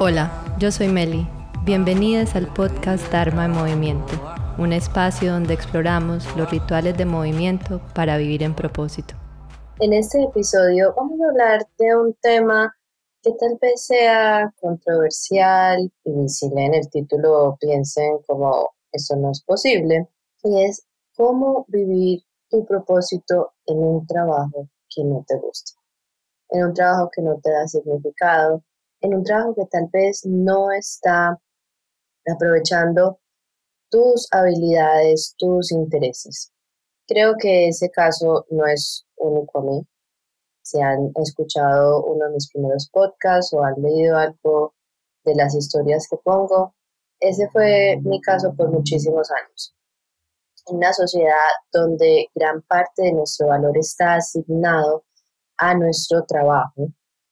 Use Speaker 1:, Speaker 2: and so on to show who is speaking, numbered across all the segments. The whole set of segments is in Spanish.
Speaker 1: Hola, yo soy Meli. Bienvenidas al podcast Dharma en Movimiento, un espacio donde exploramos los rituales de movimiento para vivir en propósito.
Speaker 2: En este episodio vamos a hablar de un tema que tal vez sea controversial y si leen el título piensen como eso no es posible, y es cómo vivir tu propósito en un trabajo que no te gusta, en un trabajo que no te da significado, en un trabajo que tal vez no está aprovechando tus habilidades, tus intereses. Creo que ese caso no es único a mí. Si han escuchado uno de mis primeros podcasts o han leído algo de las historias que pongo, ese fue mi caso por muchísimos años. En una sociedad donde gran parte de nuestro valor está asignado a nuestro trabajo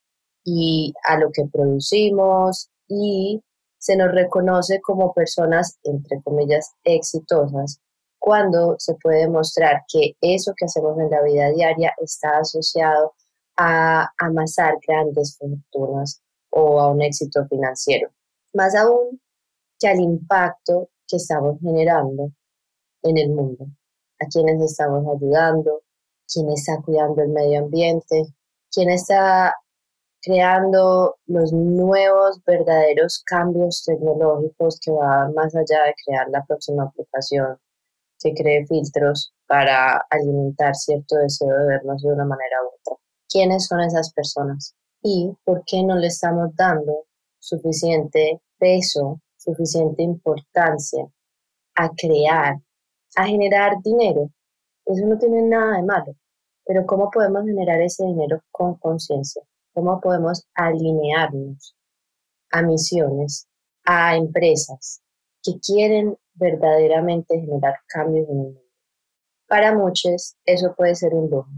Speaker 2: y a lo que producimos, y se nos reconoce como personas, entre comillas, exitosas, cuando se puede demostrar que eso que hacemos en la vida diaria está asociado a amasar grandes fortunas o a un éxito financiero. Más aún que al impacto que estamos generando en el mundo, a quienes estamos ayudando, quién está cuidando el medio ambiente, quién está creando los nuevos verdaderos cambios tecnológicos que van más allá de crear la próxima aplicación que cree filtros para alimentar cierto deseo de vernos de una manera u otra. ¿Quiénes son esas personas? ¿Y por qué no le estamos dando suficiente peso, suficiente importancia a crear, a generar dinero? Eso no tiene nada de malo, pero ¿cómo podemos generar ese dinero con conciencia? ¿Cómo podemos alinearnos a misiones, a empresas que quieren verdaderamente generar cambios en el mundo? Para muchos eso puede ser un lujo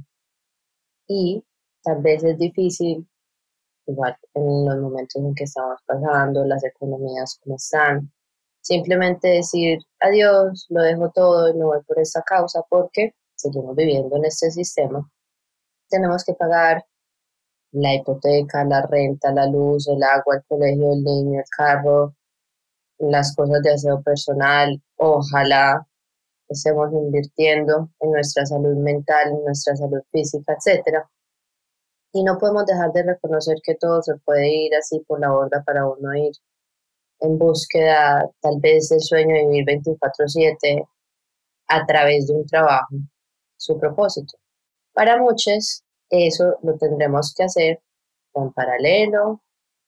Speaker 2: y tal vez es difícil, igual en los momentos en que estamos pasando, las economías como están, simplemente decir adiós, lo dejo todo y me voy por esta causa porque seguimos viviendo en este sistema. Tenemos que pagar la hipoteca, la renta, la luz, el agua, el colegio del niño, el carro, las cosas de aseo personal. Ojalá estemos invirtiendo en nuestra salud mental, en nuestra salud física, etcétera. Y no podemos dejar de reconocer que todo se puede ir así por la borda para uno ir en búsqueda tal vez del sueño de vivir 24/7 a través de un trabajo, su propósito. Para muchos eso lo tendremos que hacer en paralelo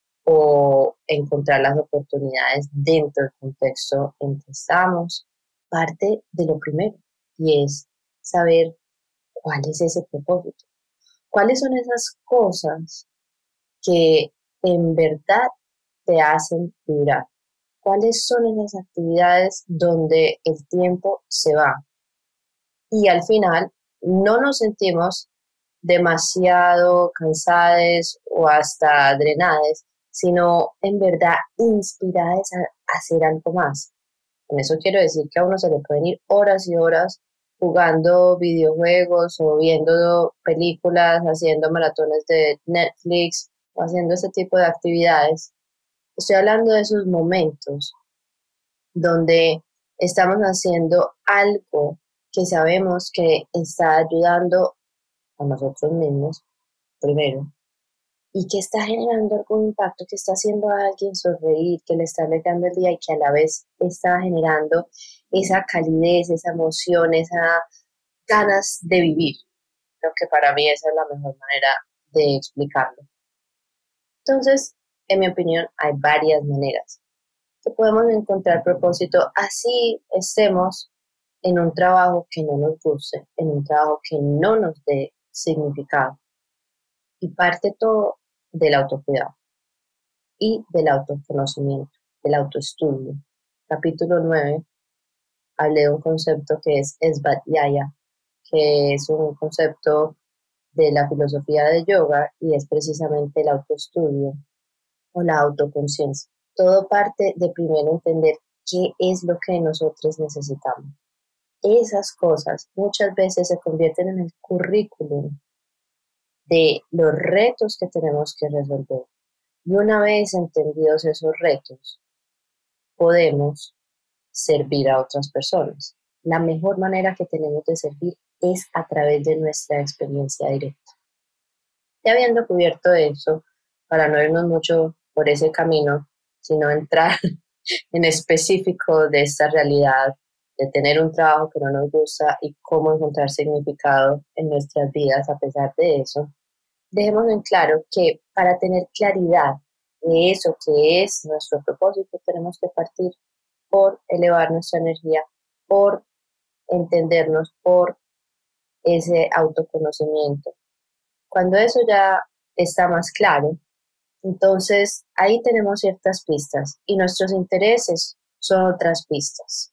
Speaker 2: o encontrar las oportunidades dentro del contexto en que estamos. Parte de lo primero, y es saber cuál es ese propósito, cuáles son esas cosas que en verdad te hacen vibrar, cuáles son esas actividades donde el tiempo se va y al final no nos sentimos demasiado cansadas o hasta drenadas, sino en verdad inspiradas a hacer algo más. Con eso quiero decir que a uno se le pueden ir horas y horas jugando videojuegos o viendo películas, haciendo maratones de Netflix o haciendo ese tipo de actividades. Estoy hablando de esos momentos donde estamos haciendo algo que sabemos que está ayudando a nosotros mismos primero y que está generando algún impacto, que está haciendo a alguien sonreír, que le está alegrando el día y que a la vez está generando esa calidez, esa emoción, esas ganas de vivir. Creo que para mí esa es la mejor manera de explicarlo. Entonces, en mi opinión, hay varias maneras que podemos encontrar propósito así estemos en un trabajo que no nos guste, en un trabajo que no nos dé significado. Y parte todo del autocuidado y del autoconocimiento, del autoestudio. Capítulo 9 hablé de un concepto que es Svadhyaya, que es un concepto de la filosofía de yoga y es precisamente el autoestudio o la autoconciencia. Todo parte de primero entender qué es lo que nosotros necesitamos. Esas cosas muchas veces se convierten en el currículum de los retos que tenemos que resolver, Y una vez entendidos esos retos, podemos servir a otras personas. La mejor manera que tenemos de servir es a través de nuestra experiencia directa. Y habiendo cubierto eso, para no irnos mucho por ese camino, sino entrar en específico de esta realidad, de tener un trabajo que no nos gusta y cómo encontrar significado en nuestras vidas a pesar de eso, dejemos en claro que para tener claridad de eso que es nuestro propósito, tenemos que partir por elevar nuestra energía, por entendernos, por ese autoconocimiento. Cuando eso ya está más claro, entonces ahí tenemos ciertas pistas y nuestros intereses son otras pistas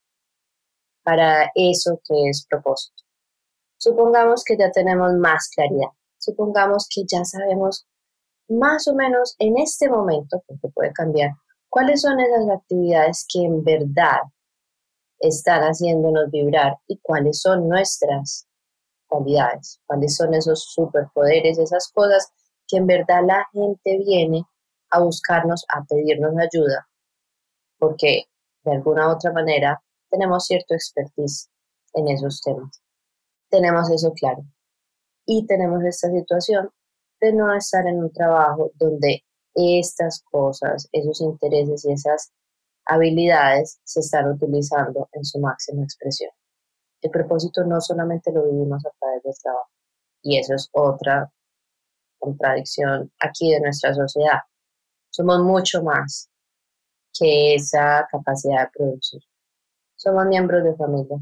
Speaker 2: para eso que es propósito. Supongamos que ya tenemos más claridad, supongamos que ya sabemos más o menos en este momento, porque puede cambiar, cuáles son esas actividades que en verdad están haciéndonos vibrar y cuáles son nuestras cualidades, cuáles son esos superpoderes, esas cosas que en verdad la gente viene a buscarnos, a pedirnos ayuda, porque de alguna u otra manera tenemos cierto expertise en esos temas. Tenemos eso claro. Y tenemos esta situación de no estar en un trabajo donde estas cosas, esos intereses y esas habilidades se están utilizando en su máxima expresión. El propósito no solamente lo vivimos a través del trabajo, y eso es otra contradicción aquí de nuestra sociedad. Somos mucho más que esa capacidad de producir. Somos miembros de familia,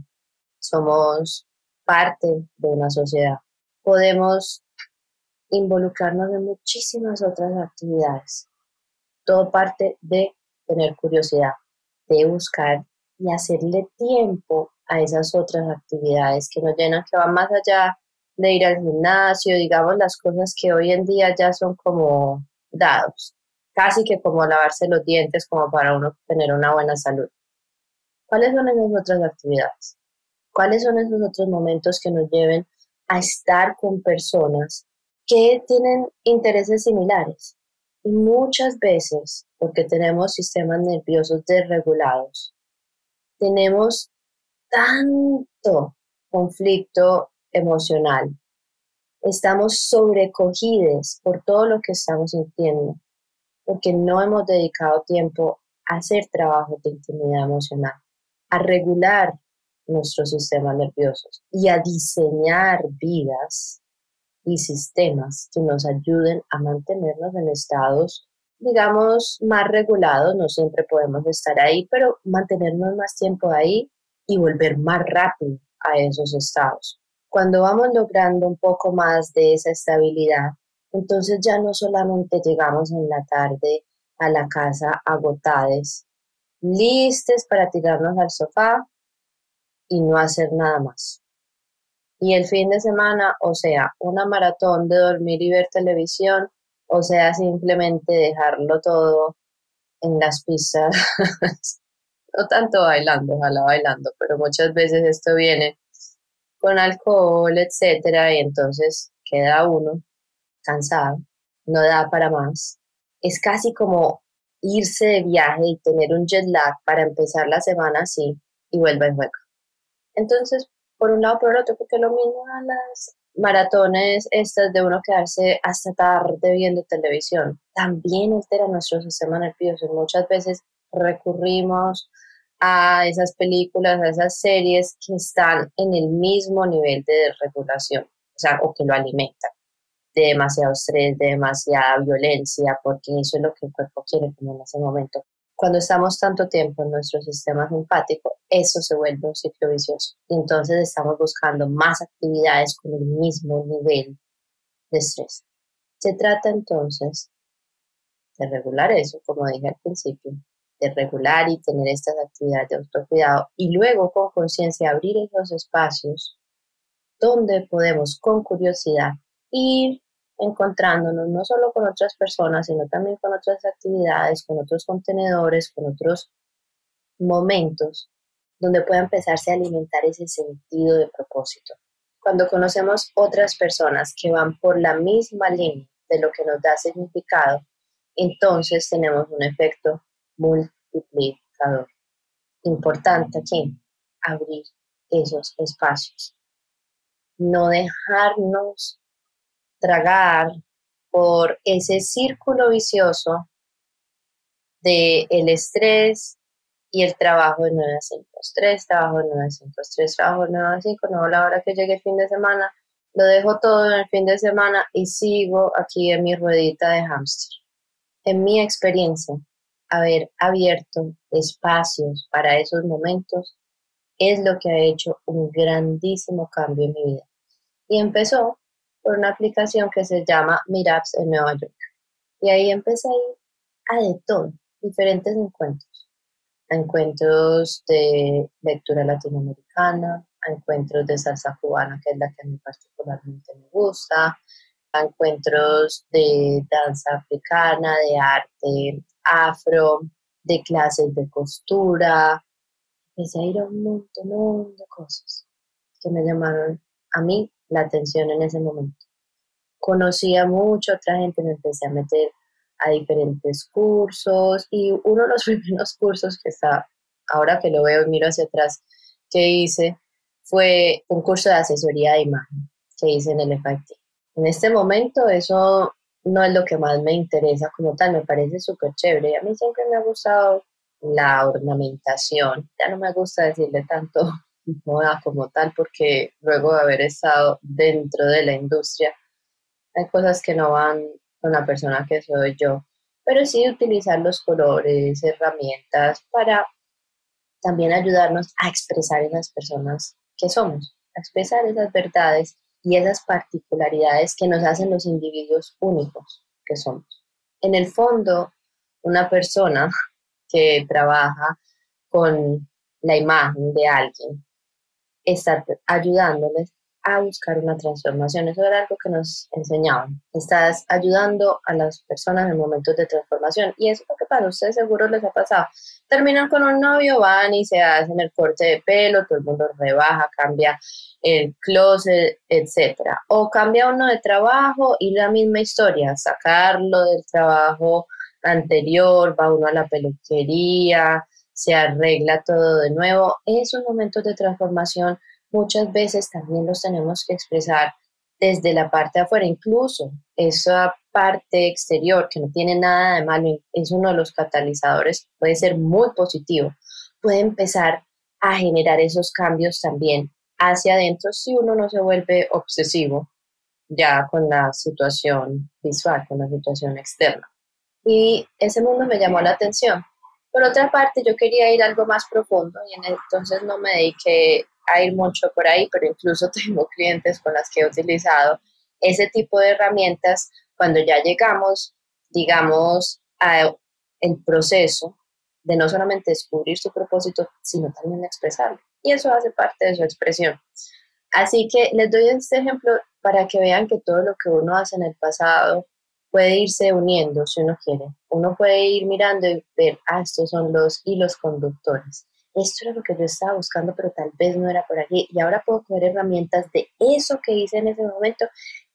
Speaker 2: somos parte de una sociedad. Podemos involucrarnos en muchísimas otras actividades. Todo parte de tener curiosidad, de buscar y hacerle tiempo a esas otras actividades que nos llenan, que van más allá de ir al gimnasio, digamos las cosas que hoy en día ya son como dados, casi que como lavarse los dientes como para uno tener una buena salud. ¿Cuáles son esas otras actividades? ¿Cuáles son esos otros momentos que nos lleven a estar con personas que tienen intereses similares? Y muchas veces, porque tenemos sistemas nerviosos desregulados, tenemos tanto conflicto emocional, estamos sobrecogidos por todo lo que estamos sintiendo, porque no hemos dedicado tiempo a hacer trabajos de intimidad emocional, a regular nuestros sistemas nerviosos y a diseñar vidas y sistemas que nos ayuden a mantenernos en estados, digamos, más regulados. No siempre podemos estar ahí, pero mantenernos más tiempo ahí y volver más rápido a esos estados. Cuando vamos logrando un poco más de esa estabilidad, entonces ya no solamente llegamos en la tarde a la casa agotados, listos para tirarnos al sofá y no hacer nada más. Y el fin de semana, o sea, una maratón de dormir y ver televisión, o sea, simplemente dejarlo todo en las pistas, no tanto bailando, ojalá bailando, pero muchas veces esto viene con alcohol, etcétera, y entonces queda uno cansado, no da para más. Es casi como irse de viaje y tener un jet lag para empezar la semana así y vuelva y juega. Entonces, por un lado, por el otro, porque lo mismo a las maratones estas de uno quedarse hasta tarde viendo televisión, también altera nuestro sistema nervioso. Muchas veces recurrimos a esas películas, a esas series que están en el mismo nivel de regulación, o sea, o que lo alimentan de demasiado estrés, de demasiada violencia, porque eso es lo que el cuerpo quiere como en ese momento. Cuando estamos tanto tiempo en nuestro sistema simpático, eso se vuelve un ciclo vicioso. Y entonces estamos buscando más actividades con el mismo nivel de estrés. Se trata entonces de regular eso, como dije al principio, de regular y tener estas actividades de autocuidado y luego con conciencia abrir esos espacios donde podemos con curiosidad ir encontrándonos no solo con otras personas, sino también con otras actividades, con otros contenedores, con otros momentos donde pueda empezarse a alimentar ese sentido de propósito. Cuando conocemos otras personas que van por la misma línea de lo que nos da significado, Entonces tenemos un efecto multiplicador. Importante aquí, abrir esos espacios. No dejarnos tragar por ese círculo vicioso de el estrés y el trabajo de 9 a 5. Estrés, trabajo de 9 a 5, estrés, trabajo de 9 a 5, no a la hora que llegue el fin de semana, lo dejo todo en el fin de semana y sigo aquí en mi ruedita de hámster. En mi experiencia, haber abierto espacios para esos momentos es lo que ha hecho un grandísimo cambio en mi vida. Y empezó por una aplicación que se llama Meetups en Nueva York. Y ahí empecé a ir a de todo, diferentes encuentros de lectura latinoamericana, a encuentros de salsa cubana, que es la que a mí particularmente me gusta, a encuentros de danza africana, de arte afro, de clases de costura. Empecé a ir a un montón de cosas que me llamaron a mí la atención en ese momento. Conocí a mucha otra gente, me empecé a meter a diferentes cursos y uno de los primeros cursos que está, ahora que lo veo y miro hacia atrás, que hice fue un curso de asesoría de imagen que hice en el FIT. En este momento eso no es lo que más me interesa como tal, me parece súper chévere. A mí siempre me ha gustado la ornamentación, ya no me gusta decirle tanto moda como tal porque luego de haber estado dentro de la industria hay cosas que no van con la persona que soy yo, pero sí utilizar los colores, herramientas para también ayudarnos a expresar esas personas que somos, a expresar esas verdades y esas particularidades que nos hacen los individuos únicos que somos. En el fondo, una persona que trabaja con la imagen de alguien está ayudándoles a buscar una transformación. Eso era algo que nos enseñaban. Estás ayudando a las personas en momentos de transformación. Y eso es lo que pasa. A ustedes seguro les ha pasado. Terminan con un novio, van y se hacen el corte de pelo, todo el mundo rebaja, cambia el closet, etcétera. O cambia uno de trabajo y la misma historia, sacarlo del trabajo anterior, va uno a la peluquería, se arregla todo de nuevo. Esos momentos de transformación muchas veces también los tenemos que expresar desde la parte de afuera, incluso esa parte exterior que no tiene nada de malo, es uno de los catalizadores, puede ser muy positivo, puede empezar a generar esos cambios también hacia adentro si uno no se vuelve obsesivo ya con la situación visual, con la situación externa. Y ese mundo me llamó la atención. Por otra parte, yo quería ir algo más profundo y entonces no me dediqué a ir mucho por ahí, pero incluso tengo clientes con las que he utilizado ese tipo de herramientas cuando ya llegamos, digamos, a el proceso de no solamente descubrir su propósito, sino también expresarlo. Y eso hace parte de su expresión. Así que les doy este ejemplo para que vean que todo lo que uno hace en el pasado puede irse uniendo si uno quiere. Uno puede ir mirando y ver, estos son los hilos conductores. Esto era lo que yo estaba buscando, pero tal vez no era por aquí. Y ahora puedo coger herramientas de eso que hice en ese momento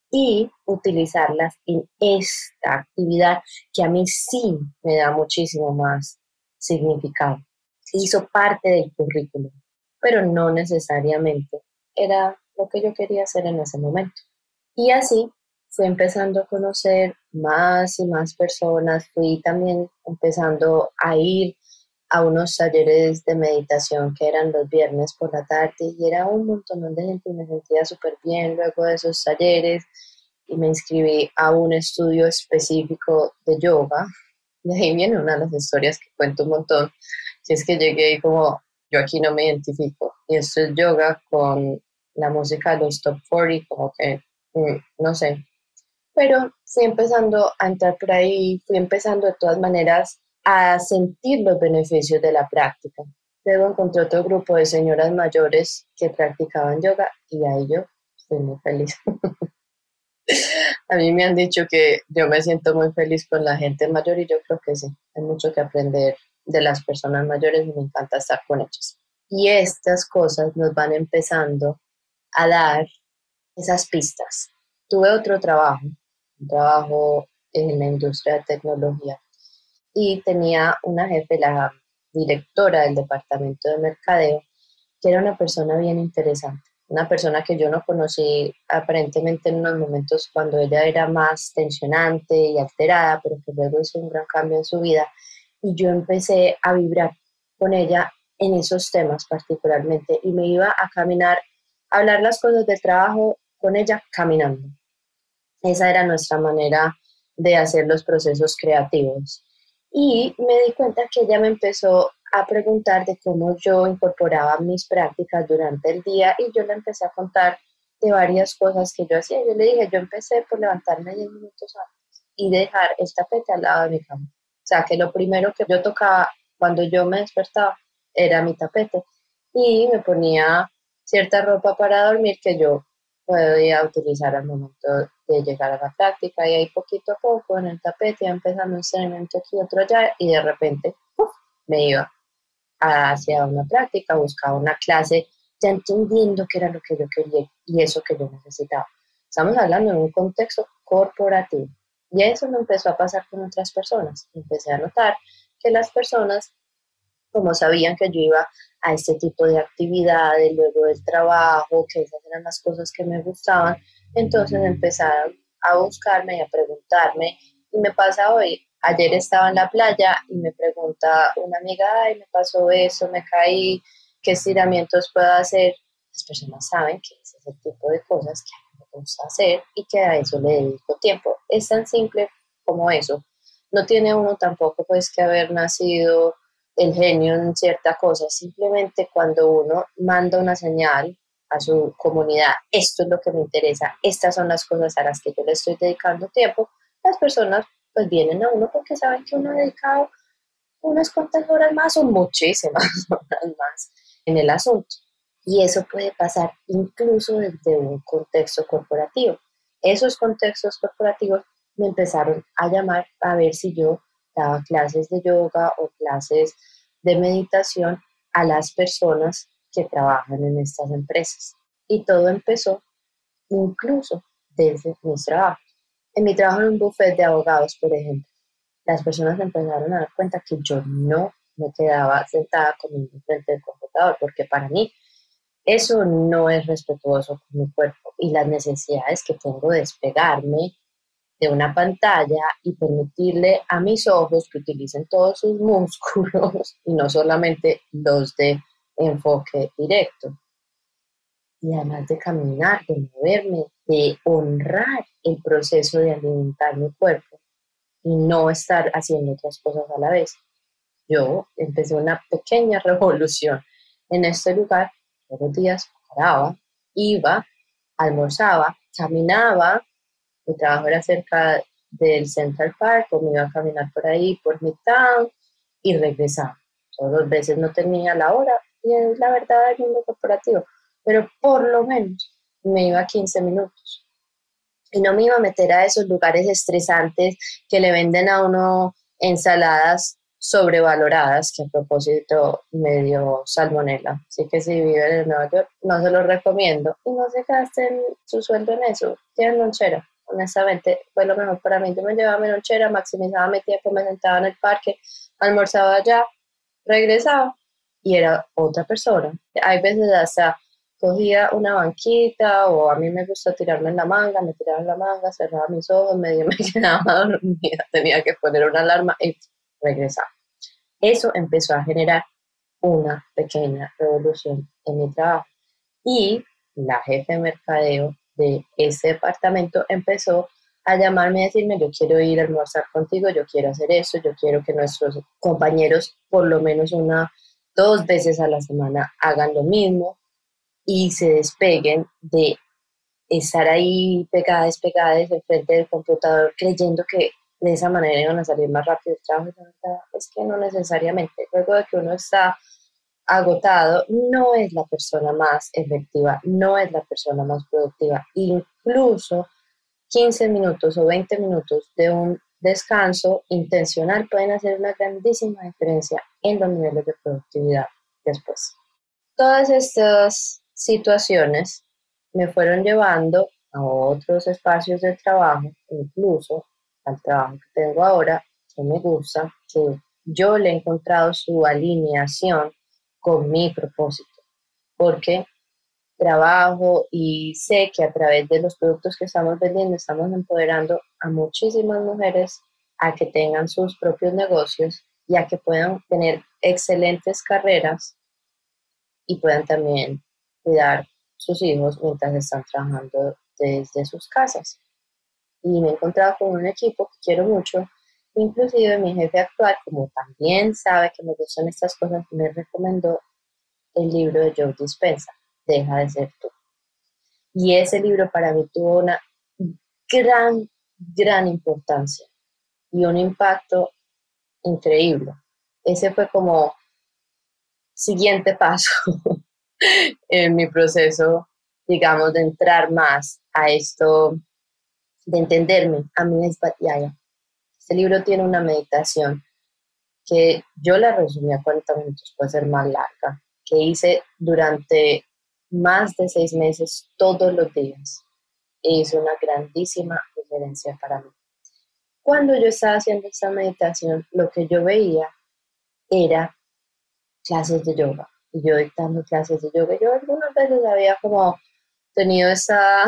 Speaker 2: y utilizarlas en esta actividad que a mí sí me da muchísimo más significado. Hizo parte del currículum, pero no necesariamente era lo que yo quería hacer en ese momento. Y así fui empezando a conocer más y más personas, fui también empezando a ir a unos talleres de meditación que eran los viernes por la tarde y era un montón de gente y me sentía súper bien luego de esos talleres y me inscribí a un estudio específico de yoga. Y ahí viene una de las historias que cuento un montón, que es que llegué y como yo aquí no me identifico y esto es yoga con la música de los Top 40, como que no sé, pero fui empezando a entrar por ahí, fui empezando de todas maneras a sentir los beneficios de la práctica. Luego encontré otro grupo de señoras mayores que practicaban yoga y ahí yo estoy muy feliz. A mí me han dicho que yo me siento muy feliz con la gente mayor y yo creo que sí, hay mucho que aprender de las personas mayores y me encanta estar con ellas. Y estas cosas nos van empezando a dar esas pistas. Tuve otro trabajo, un trabajo en la industria de tecnología. Y tenía una jefe, la directora del departamento de mercadeo, que era una persona bien interesante, una persona que yo no conocí aparentemente en unos momentos cuando ella era más tensionante y alterada, pero que luego hizo un gran cambio en su vida y yo empecé a vibrar con ella en esos temas particularmente y me iba a caminar, a hablar las cosas del trabajo con ella caminando. Esa era nuestra manera de hacer los procesos creativos. Y me di cuenta que ella me empezó a preguntar de cómo yo incorporaba mis prácticas durante el día y yo le empecé a contar de varias cosas que yo hacía. Yo le dije, yo empecé por levantarme 10 minutos antes y dejar el tapete al lado de mi cama. O sea, que lo primero que yo tocaba cuando yo me despertaba era mi tapete y me ponía cierta ropa para dormir que yo podía utilizar al momento de llegar a la práctica y ahí poquito a poco en el tapete iba empezando un entrenamiento aquí, otro allá y de repente ¡puf! Me iba hacia una práctica, buscaba una clase, ya entendiendo qué era lo que yo quería y eso que yo necesitaba. Estamos hablando de un contexto corporativo y eso me empezó a pasar con otras personas. Empecé a notar que las personas como sabían que yo iba a este tipo de actividades luego del trabajo, que esas eran las cosas que me gustaban, entonces empezaron a buscarme y a preguntarme, y me pasa hoy, ayer estaba en la playa y me pregunta una amiga, ay, me pasó eso, me caí, ¿qué estiramientos puedo hacer? Las personas saben que ese es el tipo de cosas que a mí me gusta hacer y que a eso le dedico tiempo. Es tan simple como eso. No tiene uno tampoco pues que haber nacido el genio en cierta cosa, simplemente cuando uno manda una señal a su comunidad, esto es lo que me interesa, estas son las cosas a las que yo le estoy dedicando tiempo, las personas pues vienen a uno porque saben que uno ha dedicado unas cuantas horas más o muchísimas horas más en el asunto. Y eso puede pasar incluso desde un contexto corporativo. Esos contextos corporativos me empezaron a llamar a ver si yo daba clases de yoga o clases de meditación a las personas que trabajan en estas empresas. Y todo empezó incluso desde mis trabajos. En mi trabajo en un buffet de abogados, por ejemplo, las personas empezaron a dar cuenta que yo no me quedaba sentada comiendo frente al computador, porque para mí eso no es respetuoso con mi cuerpo y las necesidades que tengo de despegarme de una pantalla y permitirle a mis ojos que utilicen todos sus músculos y no solamente los de enfoque directo. Y además de caminar, de moverme, de honrar el proceso de alimentar mi cuerpo y no estar haciendo otras cosas a la vez. Yo empecé una pequeña revolución en este lugar. Todos los días paraba, iba, almorzaba, caminaba. Mi trabajo era cerca del Central Park, o me iba a caminar por ahí, por Midtown, y regresaba. Todas las veces no tenía la hora, y es la verdad del mundo corporativo, pero por lo menos me iba 15 minutos. Y no me iba a meter a esos lugares estresantes que le venden a uno ensaladas sobrevaloradas, que a propósito me dio salmonela. Así que si viven en Nueva York, no se los recomiendo. Y no se gasten su sueldo en eso. Tienen lonchera. Honestamente, fue lo mejor para mí. Yo me llevaba mi lonchera, maximizaba mi tiempo, me sentaba en el parque, almorzaba allá, regresaba y era otra persona. Hay veces hasta cogía una banquita o a mí me gusta tirarme en la manga, me tiraba en la manga, cerraba mis ojos, medio me quedaba dormida, tenía que poner una alarma y regresaba. Eso empezó a generar una pequeña revolución en mi trabajo y la jefe de mercadeo de ese departamento empezó a llamarme y decirme, yo quiero ir a almorzar contigo, yo quiero hacer eso, yo quiero que nuestros compañeros por lo menos una, dos veces a la semana hagan lo mismo y se despeguen de estar ahí pegadas, pegadas enfrente del computador creyendo que de esa manera iban a salir más rápido el trabajo. La verdad es que no necesariamente. Luego de que uno está agotado, no es la persona más efectiva, no es la persona más productiva. Incluso 15 minutos o 20 minutos de un descanso intencional pueden hacer una grandísima diferencia en los niveles de productividad después. Todas estas situaciones me fueron llevando a otros espacios de trabajo, incluso al trabajo que tengo ahora, que me gusta, que yo le he encontrado su alineación con mi propósito, porque trabajo y sé que a través de los productos que estamos vendiendo estamos empoderando a muchísimas mujeres a que tengan sus propios negocios y a que puedan tener excelentes carreras y puedan también cuidar sus hijos mientras están trabajando desde sus casas. Y me he encontrado con un equipo que quiero mucho, inclusive mi jefe actual, como también sabe que me gustan estas cosas, me recomendó el libro de Joe Dispenza, Deja de ser tú. Y ese libro para mí tuvo una gran, gran importancia y un impacto increíble. Ese fue como siguiente paso en mi proceso, digamos, de entrar más a esto, de entenderme a mí misma. Este libro tiene una meditación que yo la resumí a 40 minutos, puede ser más larga, que hice durante más de 6 meses todos los días. E hizo una grandísima diferencia para mí. Cuando yo estaba haciendo esta meditación, lo que yo veía era clases de yoga. Y yo dictando clases de yoga. Yo algunas veces había como tenido esa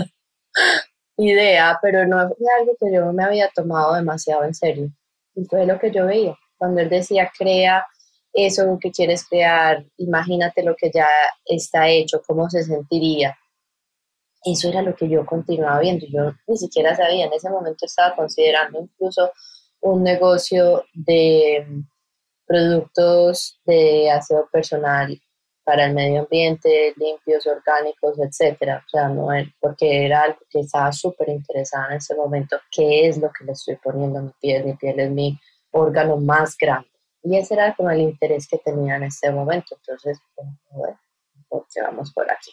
Speaker 2: idea, pero no es algo que yo me había tomado demasiado en serio. Y fue lo que yo veía. Cuando él decía, crea eso que quieres crear, imagínate lo que ya está hecho, cómo se sentiría. Eso era lo que yo continuaba viendo. Yo ni siquiera sabía, en ese momento estaba considerando incluso un negocio de productos de aseo personal para el medio ambiente, limpios, orgánicos, etcétera. O sea, no era, porque era algo que estaba súper interesada en ese momento. ¿Qué es lo que le estoy poniendo a mi piel? Mi piel es mi órgano más grande. Y ese era como el interés que tenía en este momento. Entonces, bueno, pues vamos por aquí.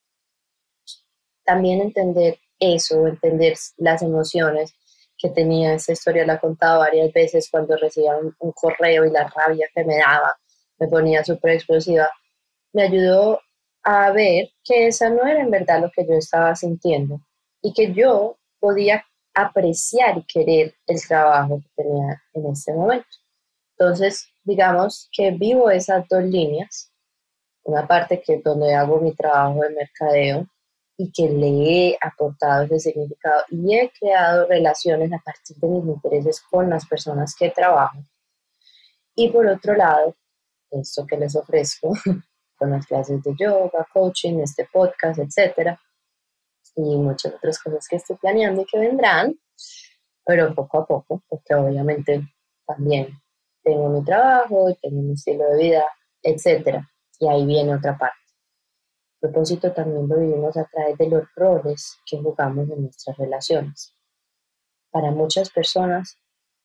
Speaker 2: También entender eso, entender las emociones que tenía. Esa historia la he contado varias veces cuando recibía un correo y la rabia que me daba, me ponía súper explosiva, me ayudó a ver que esa no era en verdad lo que yo estaba sintiendo y que yo podía apreciar y querer el trabajo que tenía en ese momento. Entonces, digamos que vivo esas dos líneas, una parte que es donde hago mi trabajo de mercadeo y que le he aportado ese significado y he creado relaciones a partir de mis intereses con las personas que trabajo. Y por otro lado, esto que les ofrezco con las clases de yoga, coaching, este podcast, etcétera, y muchas otras cosas que estoy planeando y que vendrán, pero poco a poco, porque obviamente también tengo mi trabajo, tengo mi estilo de vida, etcétera. Y ahí viene otra parte. El propósito también lo vivimos a través de los roles que jugamos en nuestras relaciones. Para muchas personas,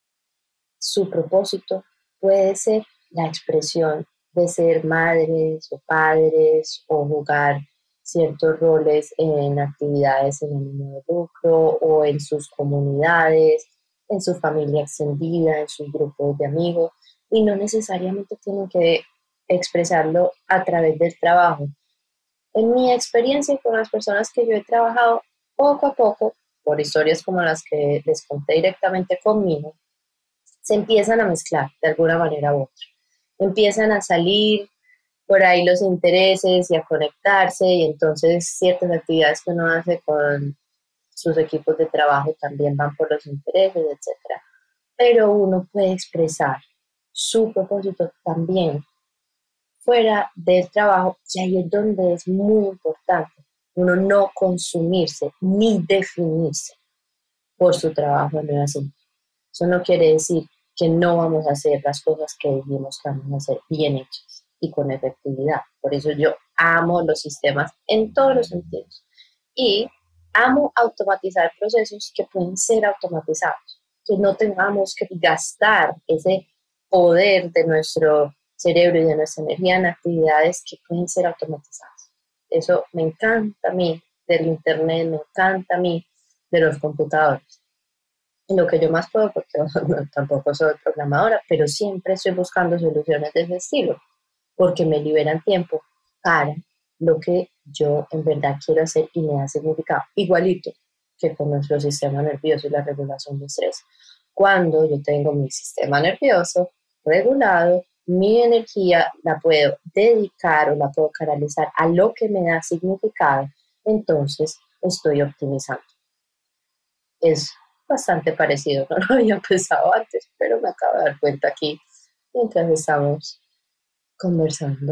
Speaker 2: su propósito puede ser la expresión de ser madres o padres o jugar ciertos roles en actividades en ánimo de lucro o en sus comunidades, en su familia extendida, en sus grupos de amigos, y no necesariamente tienen que expresarlo a través del trabajo. En mi experiencia con las personas que yo he trabajado, poco a poco, por historias como las que les conté directamente conmigo, se empiezan a mezclar de alguna manera u otra. Empiezan a salir por ahí los intereses y a conectarse y entonces ciertas actividades que uno hace con sus equipos de trabajo también van por los intereses, etcétera. Pero uno puede expresar su propósito también fuera del trabajo y ahí es donde es muy importante uno no consumirse ni definirse por su trabajo en el asunto. Eso no quiere decir que no vamos a hacer las cosas que dijimos que vamos a hacer bien hechas y con efectividad. Por eso yo amo los sistemas en todos los sentidos y amo automatizar procesos que pueden ser automatizados, que no tengamos que gastar ese poder de nuestro cerebro y de nuestra energía en actividades que pueden ser automatizadas. Eso me encanta a mí del Internet, me encanta a mí de los computadores. Lo que yo más puedo, porque no, tampoco soy programadora, pero siempre estoy buscando soluciones de ese estilo, porque me liberan tiempo para lo que yo en verdad quiero hacer y me da significado. Igualito, que con nuestro sistema nervioso y la regulación de estrés. Cuando yo tengo mi sistema nervioso regulado, mi energía la puedo dedicar o la puedo canalizar a lo que me da significado, entonces estoy optimizando. Es bastante parecido, no lo había pensado antes, pero me acabo de dar cuenta aquí mientras estamos conversando.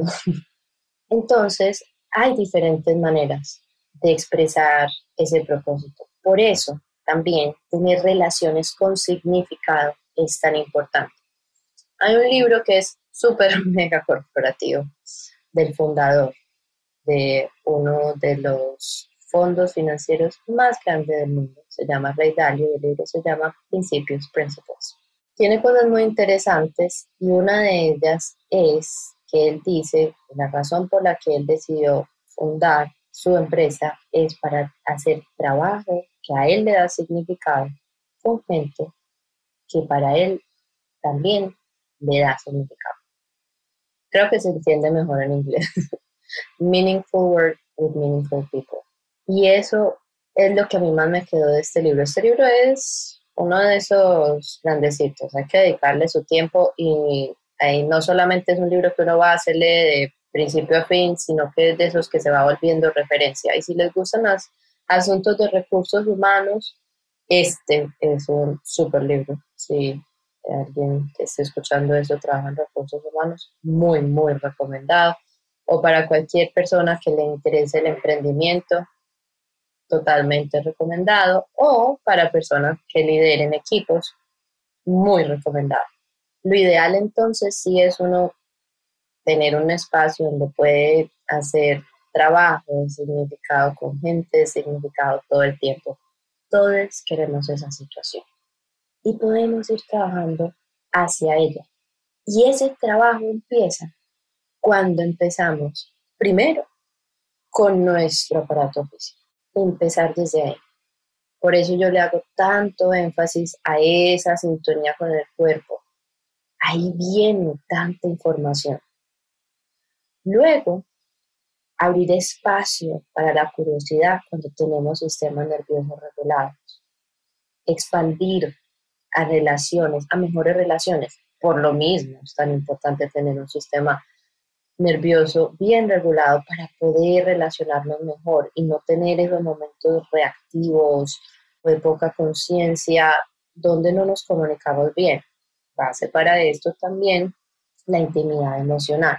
Speaker 2: Entonces, hay diferentes maneras de expresar ese propósito. Por eso, también tener relaciones con significado es tan importante. Hay un libro que es súper mega corporativo del fundador de uno de los fondos financieros más grandes del mundo. Se llama Ray Dalio y el libro se llama Principios, Principles. Tiene cosas muy interesantes y una de ellas es que él dice que la razón por la que él decidió fundar su empresa es para hacer trabajo que a él le da significado con gente que para él también le da significado. Creo que se entiende mejor en inglés. Meaningful work with meaningful people. Y eso es lo que a mí más me quedó de este libro. Este libro es uno de esos grandecitos, hay que dedicarle su tiempo y ahí no solamente es un libro que uno va a hacerle de principio a fin, sino que es de esos que se va volviendo referencia. Y si les gustan los asuntos de recursos humanos, este es un súper libro. Si alguien que esté escuchando eso trabaja en recursos humanos, muy, muy recomendado. O para cualquier persona que le interese el emprendimiento, totalmente recomendado, o para personas que lideren equipos, muy recomendado. Lo ideal entonces sí es uno tener un espacio donde puede hacer trabajo, significado con gente, significado todo el tiempo. Todos queremos esa situación y podemos ir trabajando hacia ella. Y ese trabajo empieza cuando empezamos, primero, con nuestro aparato físico. Empezar desde ahí. Por eso yo le hago tanto énfasis a esa sintonía con el cuerpo. Ahí viene tanta información. Luego, abrir espacio para la curiosidad cuando tenemos sistemas nerviosos regulados. Expandir a relaciones, a mejores relaciones. Por lo mismo es tan importante tener un sistema nervioso bien regulado para poder relacionarnos mejor y no tener esos momentos reactivos o de poca conciencia donde no nos comunicamos bien. Base para esto también la intimidad emocional.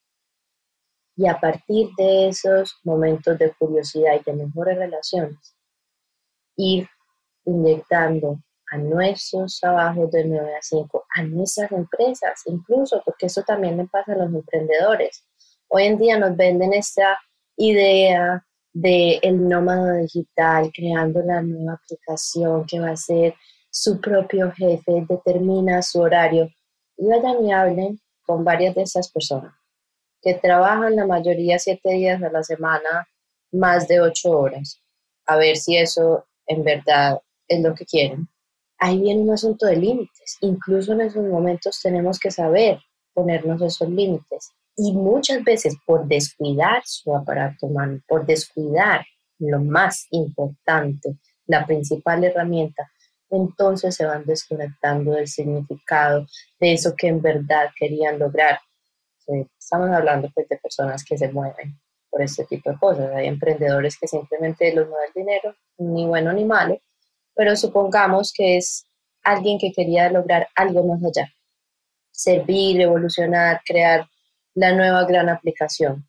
Speaker 2: Y a partir de esos momentos de curiosidad y de mejores relaciones, ir inyectando a nuestros trabajos de 9 a 5, a nuestras empresas, incluso, porque eso también le pasa a los emprendedores. Hoy en día nos venden esta idea de el nómada digital, creando la nueva aplicación que va a ser su propio jefe, determina su horario. Y vayan y hablen con varias de esas personas que trabajan la mayoría 7 días a la semana, más de 8 horas, a ver si eso en verdad es lo que quieren. Ahí viene un asunto de límites. Incluso en esos momentos tenemos que saber ponernos esos límites. Y muchas veces por descuidar su aparato humano, por descuidar lo más importante, la principal herramienta, entonces se van desconectando del significado de eso que en verdad querían lograr. Estamos hablando pues, de personas que se mueven por este tipo de cosas. Hay emprendedores que simplemente los mueve el dinero, ni bueno ni malo, pero supongamos que es alguien que quería lograr algo más allá, servir, evolucionar, crear la nueva gran aplicación.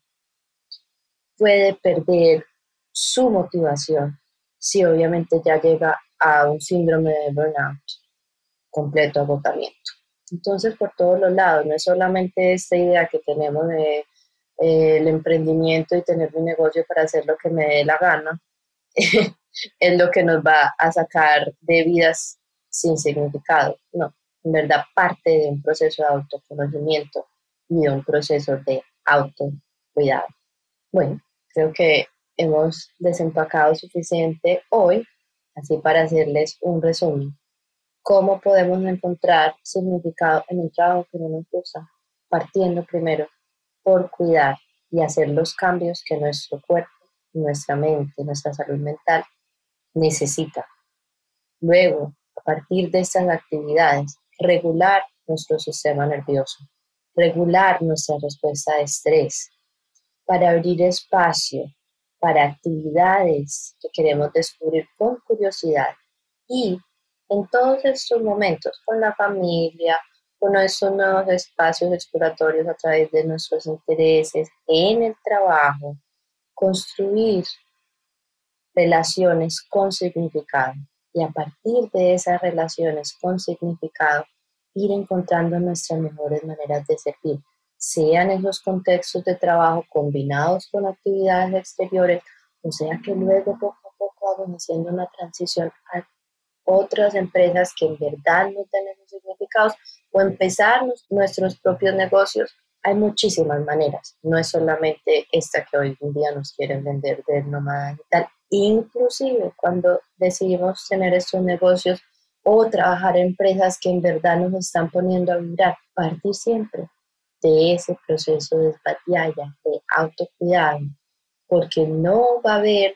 Speaker 2: Puede perder su motivación si obviamente ya llega a un síndrome de burnout, completo agotamiento. Entonces, por todos los lados, no es solamente esta idea que tenemos de el emprendimiento y tener mi negocio para hacer lo que me dé la gana, es lo que nos va a sacar de vidas sin significado. No, en verdad parte de un proceso de autoconocimiento y de un proceso de autocuidado. Bueno, creo que hemos desempacado suficiente hoy, así para hacerles un resumen. ¿Cómo podemos encontrar significado en un trabajo que no nos gusta? Partiendo primero por cuidar y hacer los cambios que nuestro cuerpo, nuestra mente, nuestra salud mental necesita. Luego, a partir de estas actividades, regular nuestro sistema nervioso, regular nuestra respuesta de estrés, para abrir espacio para actividades que queremos descubrir con curiosidad y en todos estos momentos con la familia, con estos nuevos espacios exploratorios a través de nuestros intereses en el trabajo, construir relaciones con significado y a partir de esas relaciones con significado ir encontrando nuestras mejores maneras de servir, sean esos contextos de trabajo combinados con actividades exteriores, o sea que luego poco a poco vamos haciendo una transición a otras empresas que en verdad no tenemos significados o empezar nuestros propios negocios. Hay muchísimas maneras, no es solamente esta que hoy en día nos quieren vender del nómada digital. Inclusive cuando decidimos tener estos negocios o trabajar en empresas que en verdad nos están poniendo a vibrar, partir siempre de ese proceso de batalla, de autocuidado, porque no va a haber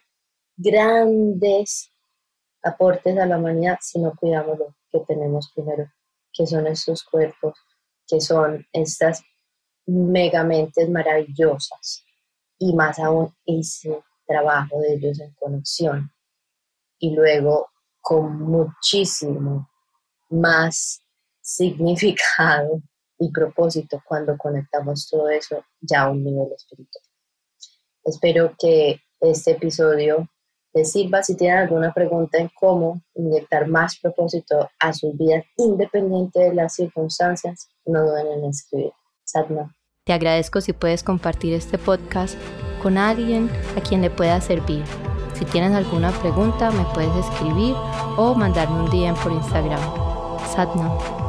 Speaker 2: grandes aportes a la humanidad si no cuidamos lo que tenemos primero, que son estos cuerpos, que son estas megamentes maravillosas y más aún ese trabajo de ellos en conexión y luego con muchísimo más significado y propósito cuando conectamos todo eso ya a un nivel espiritual. Espero que este episodio les sirva. Si tienen alguna pregunta en cómo inyectar más propósito a sus vidas independiente de las circunstancias, no duden en escribir. Sadhana.
Speaker 1: Te agradezco si puedes compartir este podcast con alguien a quien le pueda servir. Si tienes alguna pregunta, me puedes escribir o mandarme un DM por Instagram. Sadhana.